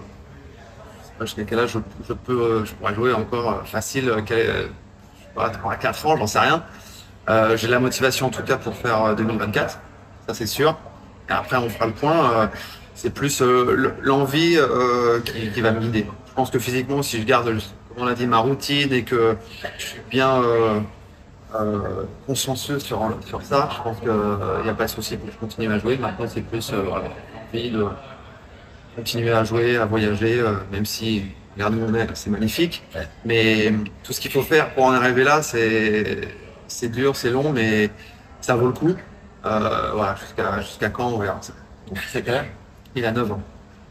je sais pas jusqu'à quel âge je, je peux, euh, je pourrais jouer encore euh, facile, euh, quel- euh, je sais pas, trois à quatre ans, j'en sais rien. Euh, j'ai la motivation en tout cas pour faire euh, deux mille vingt-quatre, ça c'est sûr. Et après, on fera le point. euh, c'est plus euh, l- l'envie euh, qui, qui va me guider. Je pense que physiquement, si je garde, comme on l'a dit, ma routine et que je suis bien euh, euh, consciencieux sur, sur ça, je pense qu'il n'y a pas de souci pour que je continue à jouer. Maintenant, c'est plus euh, voilà, l'envie de continuer à jouer, à voyager, euh, même si, regardez mon air, c'est magnifique. Ouais. Mais euh, tout ce qu'il faut faire pour en arriver là, c'est c'est dur, c'est long, mais ça vaut le coup. Euh, voilà, jusqu'à jusqu'à quand, on verra ça. Ton fils, c'est quel âge? Il a neuf ans.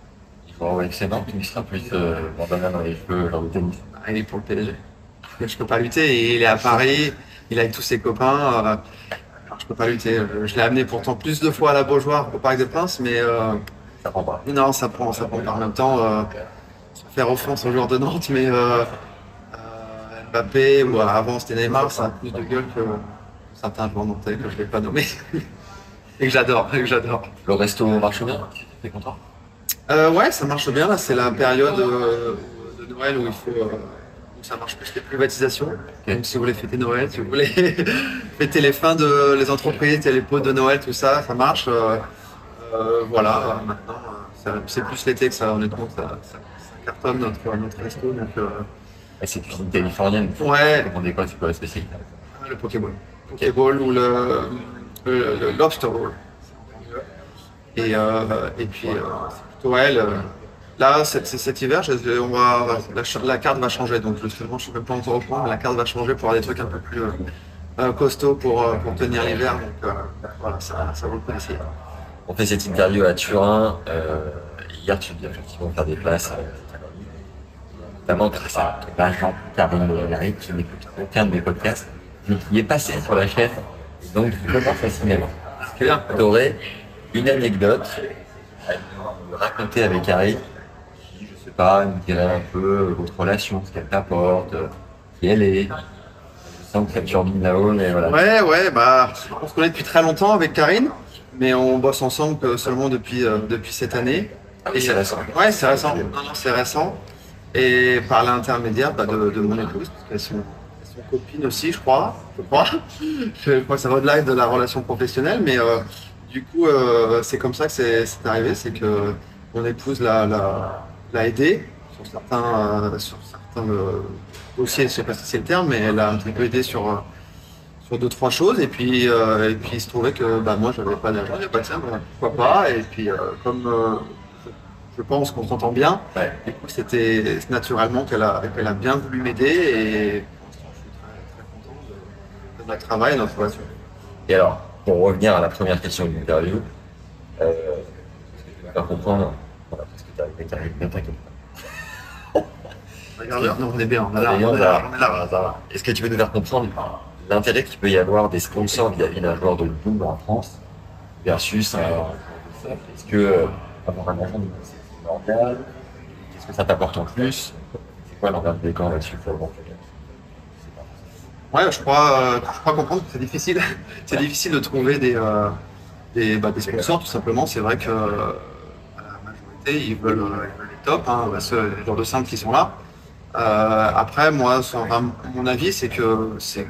Il faut envoyer ses mains, il sera plus euh, bandana dans les cheveux, genre de tennis. Ah, il est pour le P S G. Je peux pas lutter. Et il est à Paris, il est avec tous ses copains. euh, alors je peux pas lutter. Je, je l'ai amené pourtant plus de fois à la Beaujoire au Parc des Princes, mais euh, Ça prend pas. non, ça prend, ça prend pas. En même temps, euh, sans faire offense aux joueurs de Nantes, mais euh, euh, Mbappé ou avant c'était Neymar, ça a plus de gueule que certains joueurs nantais que je vais pas nommer et que j'adore, et que j'adore. Le resto marche bien? T'es content? Euh, ouais, ça marche bien. Là, c'est la période euh, de Noël où il faut, euh, où ça marche plus les privatisations. Ok. Donc, si vous voulez fêter Noël, si vous voulez fêter les fins de les entreprises, les pots de Noël, tout ça, ça marche. Euh, euh, voilà. euh, Maintenant, euh, ça- c'est plus l'été que ça, honnêtement, ça, ça, ça cartonne notre notre resto. Donc, euh, Et c'est cuisine californienne. ouais, On est quoi, c'est quoi la spécialité? le Pokéball, Pokéball ou le, le, le Lobster Roll. Et, euh, et puis, euh, c'est plutôt elle. euh, Là, cet, cet hiver, je- on va, la, ch- la carte va changer. Donc, justement, je ne sais même pas encore au point, mais la carte va changer pour avoir des trucs un peu plus euh, euh, costauds pour, euh, pour tenir l'hiver. Donc, euh, voilà, ça, ça vaut le coup d'essayer. On fait cette interview à Turin. Euh, hier, tu dis effectivement faire des places, euh, notamment grâce à ton agent Karine Larry, qui n'écoute aucun de mes podcasts, mais qui est passé sur la chaîne. Et donc, je commence facilement. Est-ce que tu aurais une anecdote à nous raconter avec Karine, qui, je sais pas, nous dirait un peu votre relation, ce qu'elle t'apporte, euh, qui elle est. Je sens que ça turbine là-haut, mais voilà. Ouais, ouais, bah, on se connaît depuis très longtemps avec Karine, mais on bosse ensemble que seulement depuis, euh, depuis cette année. Ah oui, c'est récent. Ouais, c'est récent. Non, non, c'est récent. Et par l'intermédiaire bah, de, de mon épouse, parce qu'elles sont, elles sont copines aussi, je crois. Je crois. Je crois que ça va au-delà de la relation professionnelle, mais euh, du coup, euh, c'est comme ça que c'est c'est arrivé, c'est que mon épouse l'a l'a l'a aidé sur certains, euh, sur certains euh, dossiers, je sais pas si c'est le terme, mais elle a un petit peu aidé sur, euh, sur deux, trois choses. Et puis, euh, et puis il se trouvait que bah, moi, j'avais pas d'argent, j'ai pas de ça, bah, pourquoi pas. Et puis, euh, comme euh, je, je pense qu'on s'entend bien, Ouais. du coup, c'était naturellement qu'elle a, qu'elle a bien voulu m'aider. Et pour l'instant, je suis très, très content de, de notre travail et notre relation. Et alors, pour revenir à la première question de l'interview, euh, ce que tu vas faire comprendre, voilà, parce que tu arrives avec Karine, ne t'inquiète pas. Regarde, non, on est bien, on est là, Et on on est là, va- on est là. ça va. Est-ce que tu peux nous faire comprendre l'intérêt qu'il peut y avoir des sponsors vis-à-vis d'un joueur de double en France versus un joueur de simple? Est-ce que euh, avoir un agent de c'est normal? Qu'est-ce que ça t'apporte en plus? C'est quoi l'envers du décor là-dessus? Faut avoir- Ouais, je crois, euh, je crois comprendre que c'est difficile. C'est difficile de trouver des, euh, des, bah, des sponsors, tout simplement. C'est vrai que euh, la majorité, ils veulent, euh, ils veulent les tops, hein, bah, ceux, les joueurs de simple qui sont là. Euh, après, moi, sans- enfin, mon avis, c'est que c'est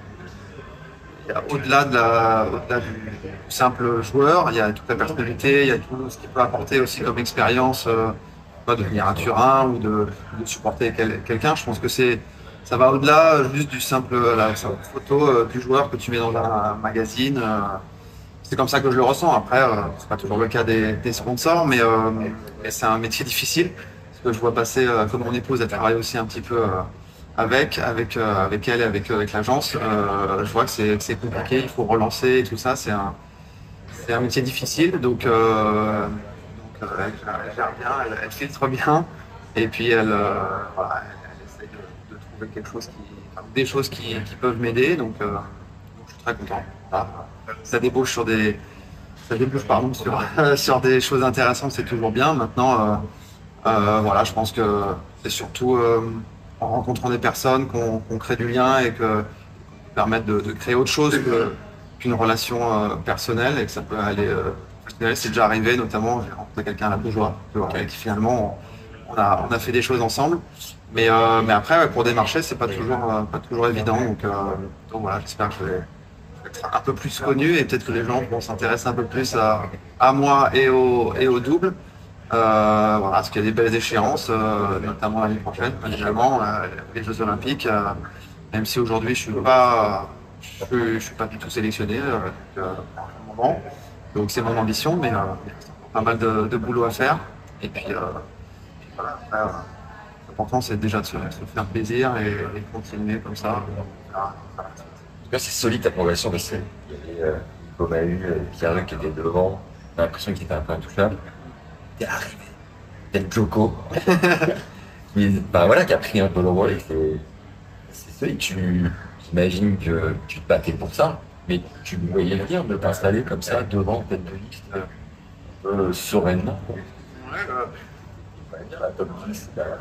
il y a au-delà de la, au-delà du, du simple joueur, il y a toute la personnalité, il y a tout ce qu'il peut apporter aussi comme expérience, euh, pas de venir à Turin ou de, de supporter quel- quelqu'un. Je pense que c'est, ça va au-delà euh, juste du simple, la simple photo euh, du joueur que tu mets dans un magazine. euh. C'est comme ça que je le ressens. Après, euh, c'est pas toujours le cas des, des sponsors, mais, euh, mais c'est un métier difficile. Parce que je vois passer, euh, comme mon épouse a travaillé aussi un petit peu euh, avec, avec, euh, avec elle et avec, avec l'agence, euh, je vois que c'est, que c'est compliqué, il faut relancer et tout ça. C'est un, c'est un métier difficile, donc, euh, donc euh, elle, elle gère bien, elle, elle filtre bien, et puis elle, euh, voilà, elle, elle essaye de, de trouver quelque chose qui, enfin, des choses qui, qui peuvent m'aider, donc, euh, donc je suis très content. Voilà. Ça débouche sur des, ça débouche pardon sur, sur des choses intéressantes, c'est toujours bien. Maintenant, euh, euh, voilà, je pense que c'est surtout euh, en rencontrant des personnes qu'on qu'on crée du lien et que permettre de, de créer autre chose que- qu'une relation euh, personnelle et que ça peut aller euh, professionnelle. C'est déjà arrivé, notamment, j'ai rencontré quelqu'un à la Beaujoire, tu vois, avec qui finalement on, on a, on a fait des choses ensemble. Mais, euh, mais après, ouais, pour démarcher, c'est pas toujours, euh, pas toujours évident. Donc, euh, donc voilà, j'espère que je vais, je vais être un peu plus connu et peut-être que les gens vont s'intéresser un peu plus à, à moi et au, et au double. Euh, voilà, parce qu'il y a des belles échéances, euh, notamment l'année prochaine, évidemment, euh, les Jeux Olympiques. Euh, même si aujourd'hui je suis pas, je, suis- je suis pas du tout sélectionné euh, donc, euh, pour le moment. Donc c'est mon ambition, mais euh, il reste encore pas mal de, de boulot à faire. Et puis, euh, puis voilà, après, euh, l'important c'est déjà de se, se faire plaisir et, et continuer comme ça. Voilà, voilà. En tout cas, c'est solide ta progression parce qu'il y avait euh, Nico Mahut, euh, Pierre-Luc qui était devant. On a l'impression qu'il était un peu intouchable. T'es arrivé. T'es le Joko. Mais, bah, voilà, qui a pris un peu le relais. C'est, c'est solide. Tu, j'imagine que tu te battais pour ça. Mais tu me voyais venir de t'installer comme ça devant tête de liste euh, un peu sereinement. Ouais, euh, On va dire la top dix derrière.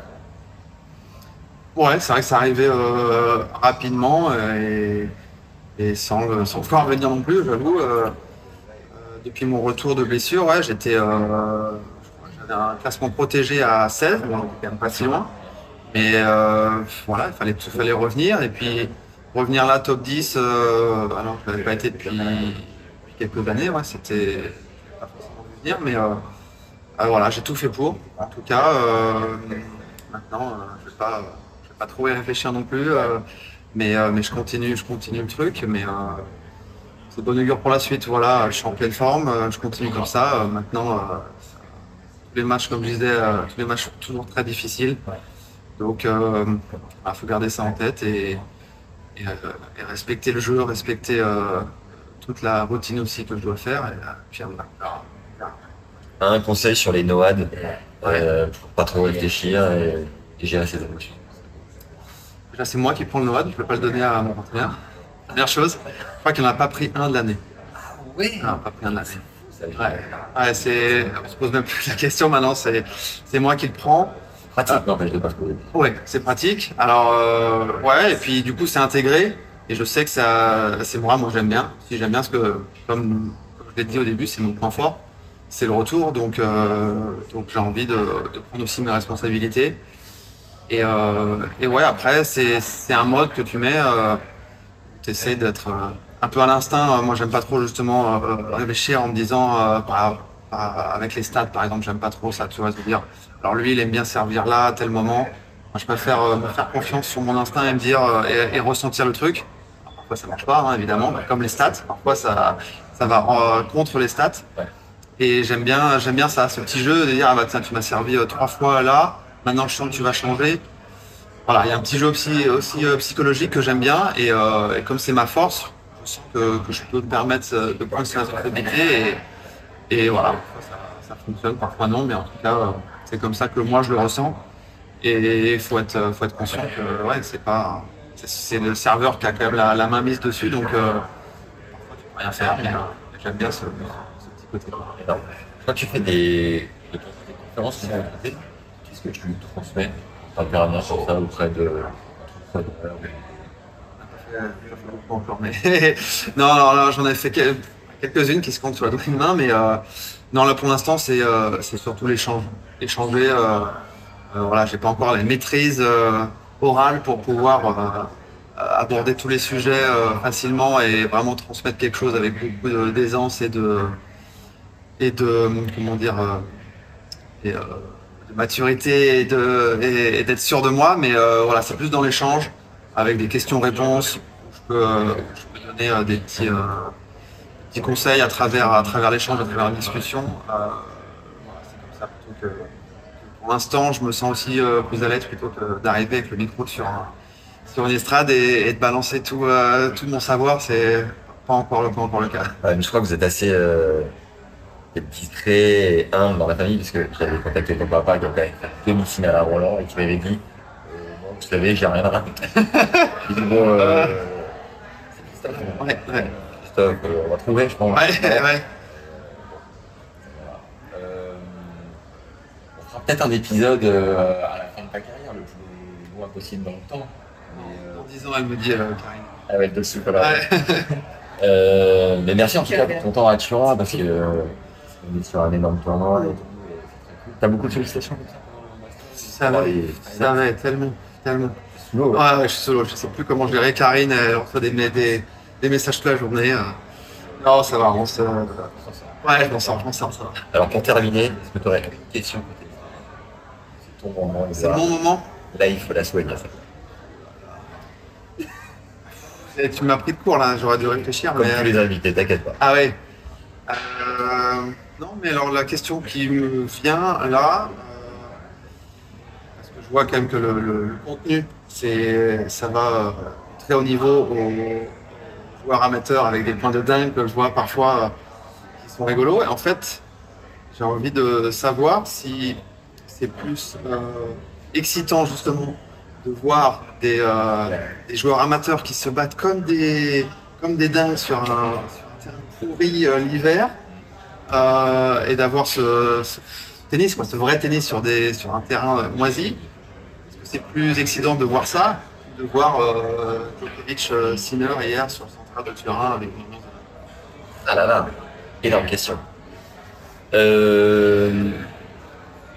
ouais, c'est vrai que ça arrivait euh, rapidement euh, et, et sans, le- sans pouvoir venir non plus, j'avoue. Euh, euh, depuis mon retour de blessure, ouais, j'étais, euh, je crois que un classement protégé à seize, donc quand même pas si loin. Mais euh, voilà, il fallait, il fallait revenir. Et puis revenir là, top dix, euh, alors que je n'avais pas été depuis, depuis quelques années, ouais, c'était pas forcément de venir, mais euh, euh, voilà, j'ai tout fait pour. En tout cas, euh, maintenant, euh, je ne vais, pas- je vais pas trop y réfléchir non plus, euh, mais, euh, mais je continue, je continue le truc. Mais euh, c'est de bonne augure pour la suite. Voilà, je suis en pleine forme, euh, je continue comme ça. Euh, maintenant, euh, tous les matchs, comme je disais, euh, tous les matchs sont toujours très difficiles. Donc, il euh, faut garder ça en tête et, et, euh, et respecter le jeu, respecter euh, toute la routine aussi que je dois faire. Et, euh, puis, voilà. Un conseil sur les noades, euh, pour pas trop réfléchir et, et gérer ses émotions. Déjà, c'est moi qui prends le noad, je ne peux pas le donner à mon partenaire. Première chose, je crois qu'il n'en a pas pris un de l'année. Ah oui. Il n'en a pas pris un de l'année. Ouais. Ouais, c'est... On se pose même plus la question maintenant, c'est, c'est moi qui le prends. Pratique, n'empêche de pas se poser. Ouais, c'est pratique. Alors, euh, ouais, et puis du coup, c'est intégré. Et je sais que ça, c'est moi, moi j'aime bien. Si j'aime bien ce que, comme, comme je l'ai dit au début, c'est mon point fort. C'est le retour, donc, euh, donc j'ai envie de, de prendre aussi mes responsabilités. Et, euh, et ouais, après, c'est, c'est un mode que tu mets, euh, tu essaies d'être euh, un peu à l'instinct. Moi, j'aime pas trop justement euh, réfléchir en me disant, euh, par, par- avec les stats par exemple, j'aime pas trop ça, tu vois, se dire, alors lui, il aime bien servir là, à tel moment. Moi, je préfère euh, me faire confiance sur mon instinct et me dire, euh, et, et ressentir le truc. Alors, parfois, ça marche pas, hein, évidemment, comme les stats. Parfois, ça, ça va euh, contre les stats. Et j'aime bien, j'aime bien ça, ce petit jeu de dire, ah bah tiens, tu m'as servi euh, trois fois là, maintenant je sens que tu vas changer. Voilà, il y a un petit jeu aussi, aussi euh, psychologique que j'aime bien, et, euh, et comme c'est ma force, je sens que, que je peux me permettre euh, de prendre ses responsabilités, et, et voilà, parfois ça, ça fonctionne, parfois non, mais en tout cas, euh, c'est comme ça que moi je le ressens. Et il faut être, faut être conscient que ouais, c'est pas, c'est, c'est le serveur qui a quand même la, la main mise dessus, donc euh, parfois tu peux rien faire, mais euh, j'aime bien ce, ce petit côté. Alors, quand tu fais des, de- des conférences sur la santé, qu'est-ce que tu transmets par bien sur ça auprès de entrepreneurs? Encore, mais non, non, non, j'en ai fait quel- quelques-unes qui se comptent sur la doigt d'une main, mais euh, non, là pour l'instant c'est euh, c'est surtout l'échange, échanger. Euh, euh, voilà, j'ai pas encore la maîtrise euh, orale pour pouvoir euh, aborder tous les sujets euh, facilement et vraiment transmettre quelque chose avec beaucoup de- d'aisance et de et de comment dire euh, et, euh, de maturité et de et, et d'être sûr de moi. Mais euh, voilà, c'est plus dans l'échange avec des questions-réponses. Où je peux euh, je peux donner euh, des petits euh, petits conseils à travers à travers l'échange, à travers la discussion. Euh, voilà, c'est comme ça plutôt que pour l'instant, je me sens aussi euh, plus à l'aise plutôt que d'arriver avec le micro sur un- sur une estrade et, et de balancer tout euh, tout mon savoir. C'est pas encore le pas encore le cas. Ouais, mais je crois que vous êtes assez euh, discret et humble dans la famille, parce que j'avais contacté ton papa qui a quand même fait deux médecines à la Roland et qui m'avait dit euh, bon, vous savez, j'ai rien à raconter. J'ai dit bon, euh, c'est Christophe. Ouais, ouais, Christophe, euh, on va trouver, je pense. ouais, ouais. Euh, on fera peut-être un épisode euh, à la fin de ta carrière, le plus loin possible dans le temps. Mais, euh, Dans dix ans, elle me dit, euh, Karine. ah ouais, de ce là. Ouais. Euh, mais merci en tout cas pour ton temps à Turin, parce que euh, on est sur un énorme tournoi et tout, et c'est très cool. T'as beaucoup de sollicitations comme ça? Ça va, ça va, tellement, tellement. Sous l'eau, ouais. Ouais, ouais, je suis solo, je sais plus comment gérer. Karine, elle reçoit des, des, des messages toute la journée. euh. Non, ça va, on se... Ouais, je m'en sors, je m'en sors, ça va. Alors pour terminer, est-ce que tu aurais une question côté? C'est ton moment. C'est le bon moment. Là, il faut la soigner. Ça. Et tu m'as pris de court là, j'aurais dû réfléchir. Comme mais... tous les invités, t'inquiète pas. Ah ouais. Euh, non, mais alors la question qui me vient là, euh, parce que je vois quand même que le, le- le contenu, c'est, ça va euh, très haut niveau aux joueurs amateurs avec des points de dingue que je vois parfois euh, qui sont rigolos. Et en fait, j'ai envie de savoir si c'est plus euh, excitant justement de voir des, euh, des joueurs amateurs qui se battent comme des, comme des dingues sur un, sur un terrain pourri euh, l'hiver euh, et d'avoir ce, ce tennis, quoi, ce vrai tennis sur, des, sur un terrain euh, moisi. Est-ce que c'est plus excitant de voir ça que de voir euh, Djokovic euh, Sinner hier sur le central de Turin avec une ambiance de- Ah là là, énorme question. Euh,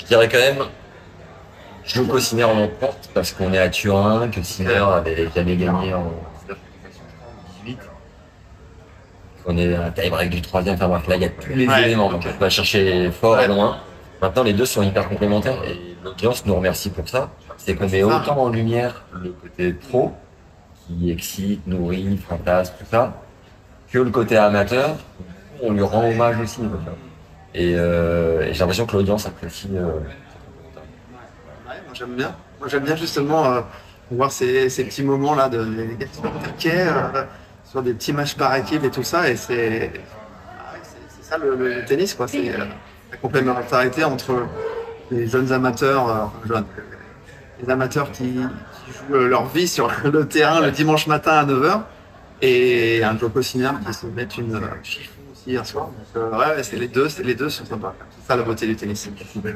dirais quand même, Joko Sinner en emporte parce qu'on est à Turin, que Sinner avait jamais gagné en dix-huit. On est à un tie-break du troisième, enfin bref, là il y a tous les ouais. éléments, donc on va chercher fort ouais. et loin. Maintenant les deux sont hyper complémentaires et l'audience nous remercie pour ça. C'est qu'on met autant en lumière le côté pro, qui excite, nourrit, fantasme, tout ça, que le côté amateur, on lui rend hommage aussi. Et, euh, et j'ai l'impression que l'audience apprécie. Euh, ouais, moi j'aime bien. Moi j'aime bien justement euh, voir ces, ces petits moments là de les gars qui sont taquets, euh, sur des petits matchs par équipe et tout ça. Et c'est, ah ouais, c'est, c'est ça le, le tennis quoi. C'est euh, la complémentarité entre les jeunes amateurs, euh, jeunes, les amateurs qui, qui jouent leur vie sur le terrain le dimanche matin à neuf heures et un Joko Sinner qui se met une euh, chiffon aussi hier soir. Donc euh, ouais, ouais, c'est les deux, c'est les deux sont sympas. C'est ça la beauté du tennis. Depuis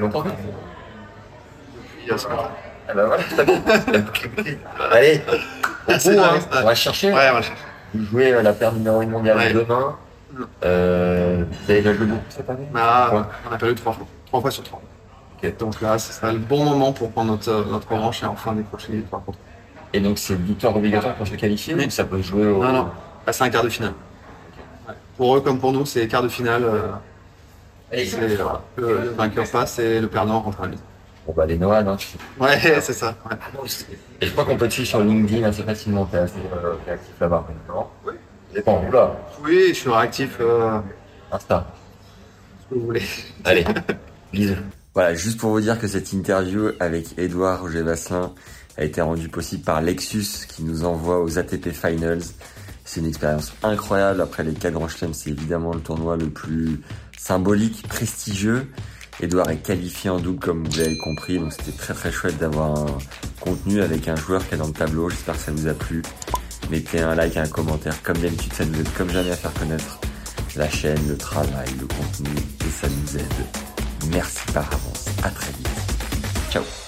euh, ce matin. Ah bah voilà, très bien. Allez, on, c'est hein. vrai, on va chercher. Ouais, on va chercher. Vous jouez la paire numéro un mondiale ouais. demain. Euh, vous avez déjà joué beaucoup cette année? Bah, on a perdu trois fois, trois fois sur trois. Okay. Donc là, ce sera le bon moment pour prendre notre, notre revanche et enfin décrocher les trois contre. Et donc c'est une victoire obligatoire pour se qualifier oui. ou ça peut jouer au... Non, non, bah, c'est un quart de finale. Ouais. Pour eux comme pour nous, c'est quart de finale. Euh, et c'est, euh, le, le vainqueur passe et le perdant rentre à la maison. Bon bah les Noah, non? Ouais, c'est ça. Ouais. Et je crois qu'on peut te suivre sur LinkedIn assez facilement, t'es assez euh, actif là-bas maintenant. Oui. Dépend, oula. Oui, je suis réactif. Euh... Insta. Ce que vous voulez. Allez, bisous. Voilà, juste pour vous dire que cette interview avec Édouard Roger-Vasselin a été rendue possible par Lexus qui nous envoie aux A T P Finals. C'est une expérience incroyable. Après les quatre grands chelems, c'est évidemment le tournoi le plus symbolique, prestigieux. Édouard est qualifié en double comme vous l'avez compris, donc c'était très très chouette d'avoir un contenu avec un joueur qui est dans le tableau. J'espère que ça vous a plu. Mettez un like et un commentaire, comme d'habitude ça nous aide comme jamais à faire connaître la chaîne, le travail, le contenu et ça nous aide. Merci par avance, à très vite. Ciao.